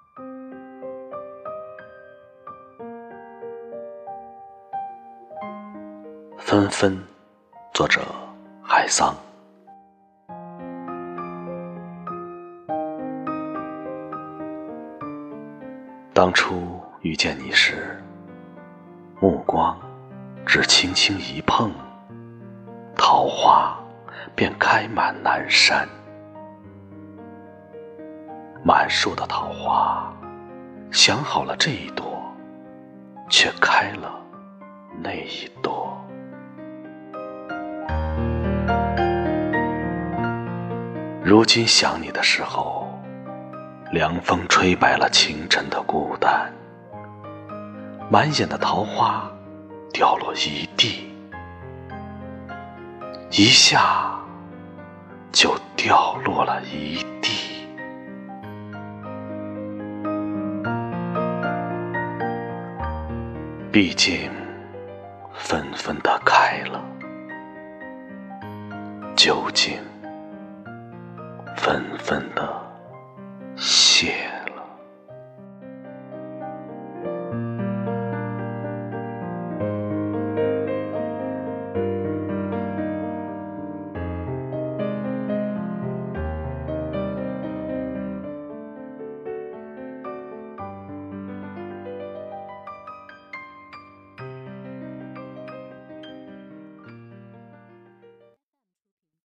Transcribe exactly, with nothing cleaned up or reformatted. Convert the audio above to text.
纷纷，作者海桑。当初遇见你时，目光只轻轻一碰，桃花便开满南山。满树的桃花，想好了这一朵，却开了那一朵。如今想你的时候，凉风吹白了清晨的孤单，满眼的桃花掉落一地，一下就掉落了一地。毕竟纷纷地开了，究竟纷纷地